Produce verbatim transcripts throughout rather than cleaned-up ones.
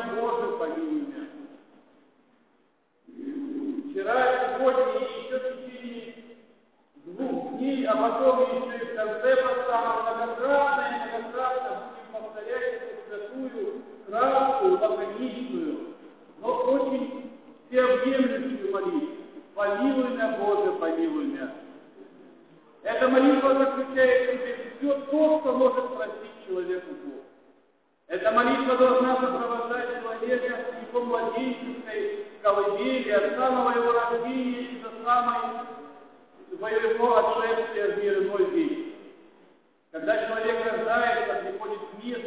меня, Боже, помилуй меня. Вчера, сегодня и еще в течение двух дней, а потом еще и в конце поста многократно и многократно будем повторять эту святую, краткую, лаконичную, но очень всеобъемлющую молитву. Помилуй меня, Боже, помилуй меня. Эта молитва заключает в себе все то, что может простить человеку Бог. Эта молитва должна сопровождать человека в его младенческой колыбели, от самого его рождения и до самой своего отшествия в мир иной век. Когда человек рождается, приходит в мир,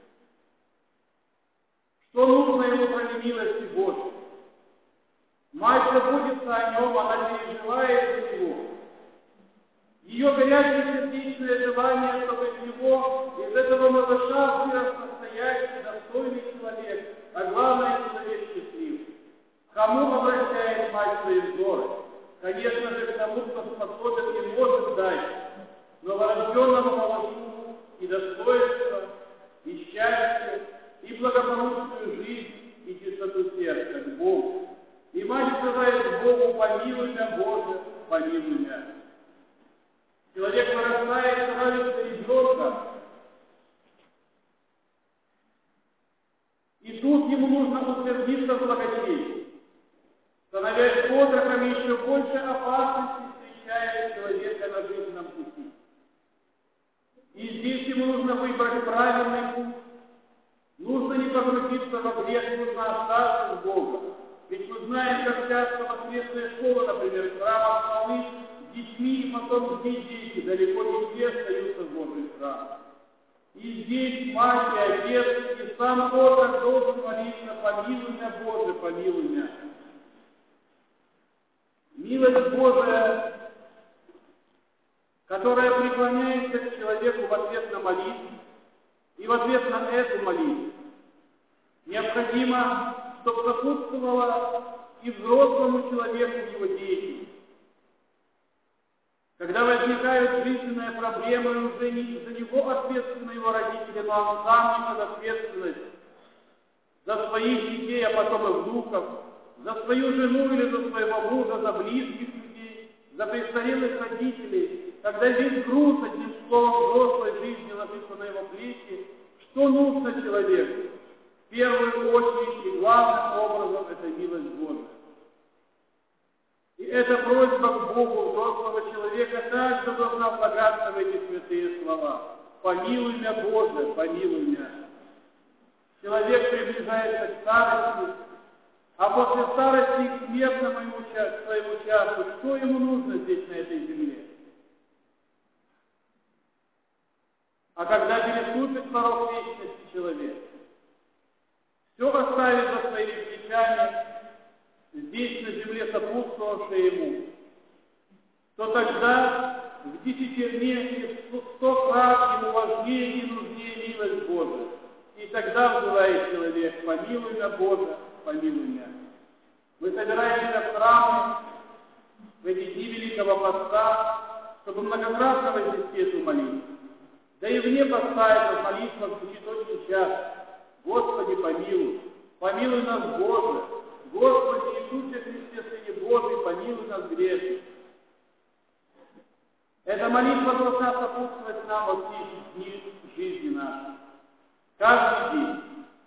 что нужно ему, кроме милости Божьей? Мать заботится о нем, она переживает за него. Ее горячее сердечное желание, чтобы из него, из этого малыша вырос настоящий, достойный человек, а главное, человек счастливый. К кому обращает мать свои взоры? Конечно же, к тому, кто способен и может дать новорожденному малышу и достоинство, и счастье, и благополучную жизнь, и чистоту сердца к Богу. И мать сказает Богу: помилуй меня, Боже, помилуй меня. Человек вырастает, становится ребенком, и тут ему нужно утвердиться в благочестии. Становясь отроком, еще больше опасностей встречает человека на жизненном пути. И здесь ему нужно выбрать правильный путь. Нужно не погрузиться во грех, нужно остаться с Богом. Ведь мы знаем, как часто воскресная школа, например, в храмах полны с детьми, и потом дети далеко не все остаются в Божьих храмах. И здесь мать и отец, и сам отрок должен молиться: помилуй меня, Боже, помилуй меня. Милость Божия, которая преклоняется к человеку в ответ на молитву и в ответ на эту молитву, необходимо, чтобы сопутствовала и взрослому человеку в его деятельности. Когда возникают жизненные проблемы, уже не за него ответственны его родители, но он сам несет ответственность за своих детей, а потом и внуков, за свою жену или за своего мужа, за близких людей, за престарелых родителей. Когда весь груз, одним словом, взрослой жизни ложится на его плечи, что нужно человеку? В первую очередь и главным образом это милость Божия. И эта просьба к Богу взрослого человека также должна влагаться в эти святые слова: помилуй меня, Боже, помилуй меня. Человек приближается к старости, а после старости к смертному ему часу, к своему часу. Что ему нужно здесь, на этой земле? А когда переступит порог вечности человек, все оставит за своими плечами, здесь на земле сопутствовавшее ему, то тогда в десятерне и в сто крат ему важнее и нужнее милость Божия. И тогда взывает человек: помилуй меня, Боже, помилуй меня. Мы собираемся в храмы в эти дни Великого Поста, чтобы многократно вознести эту молитву. Да и вне поста эта молитва звучит очень часто: Господи, помилуй, помилуй нас, Боже, Господи Иисусе Христе, Сыне Божий, помилуй нас, грешных. Эта молитва должна сопутствовать нам во все эти дни жизни нашей. Каждый день.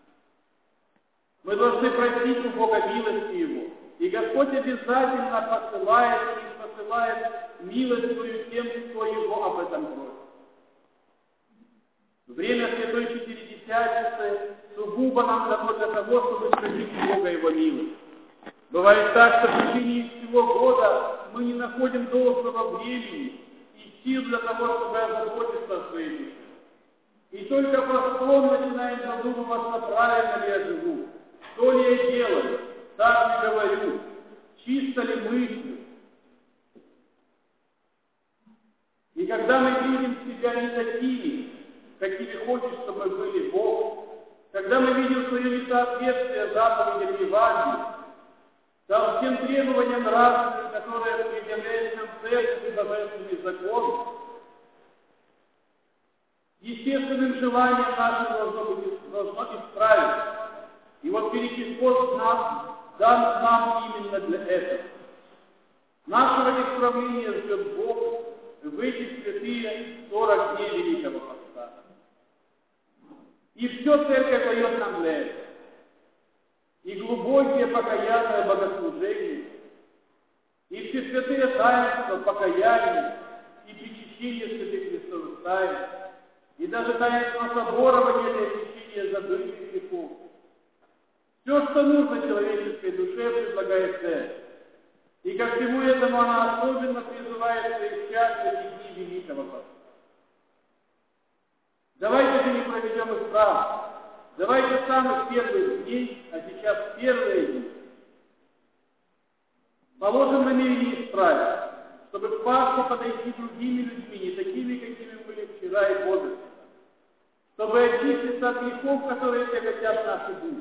Мы должны просить у Бога милости Его. И Господь обязательно посылает и посылает милость свою тем, кто Его об этом просит. Время Святой Четыредесятницы сугубо нам дано для того, чтобы просить у Бога Его милость. Бывает так, что в течение всего года мы не находим должного времени и сил для того, чтобы озаботиться о своей душе. И только постом начинаем задумываться, правильно ли я живу, что ли я делаю, так ли говорю, чисто ли мыслю. И когда мы видим себя не такими, какими хочет, чтобы мы были Бог, когда мы видим свое несоответствие заповедям Евангелия, там тем требованиям нравственным, которые предъявляют нам церковь и божественный закон, естественным желанием нашим должно, быть, должно исправиться. И вот Великий пост нам, дан нам именно для этого. Нашего исправления ждет Бог в эти святые сорок дней Великого Поста. И все Церковь дает нам для этого. И глубокие покаянные богослужения, и все святые таинства покаяния, и причащение святых Христовых тайн, и даже таинство соборования для очищения забытых грехов. Все, что нужно человеческой душе, предлагает Церковь. И ко всему этому она особенно призывает своих чад в эти дни Великого Поста. Давайте же не проведем их правду. Давайте с самых первых дней, а сейчас первые дни, положим намерение исправить, чтобы к Пасхе подойти другими людьми, не такими, какими были вчера и позавчера, чтобы очиститься от грехов, которые тяготят наши души,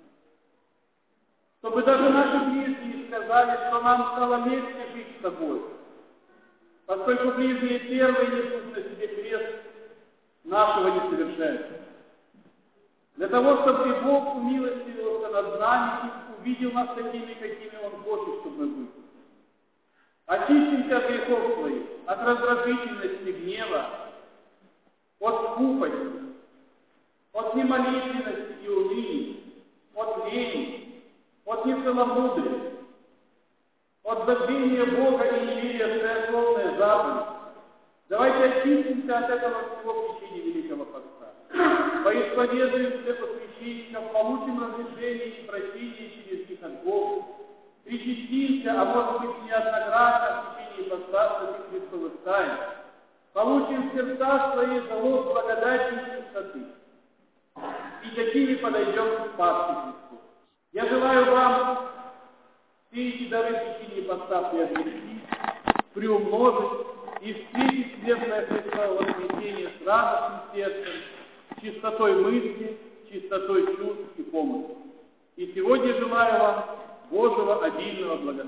чтобы даже наши ближние сказали, что нам стало легче жить с тобой, поскольку ближние первые несут на себе крест нашего несовершенства. Для того, чтобы и Бог умилостивился над нами и увидел нас такими, какими Он хочет, чтобы мы были. Очистимся от грехов своих, от раздражительности, гнева, от скупости, от немолитвенности и уныния, от лени, от нецеломудрия, от забвения Бога и неверия в церковные заповеди. Давайте очистимся от этого всего в течение Великого Поста. Поисповедуем все посвященников, получим разрешение и прощение через них от Бога. Причастимся, а может быть неоднократно в течение поста святых Христовых тайн. Получим в сердца свои залог благодати и чистоты. И такими подойдем к Пасхе Христу. Я желаю вам все эти дары в течение поста приобрести, приумножить и встретить светлое Христово воскресение с радостным сердцем, чистотой мысли, чистотой чувств и помыслов. И сегодня желаю вам Божьего обильного благословения.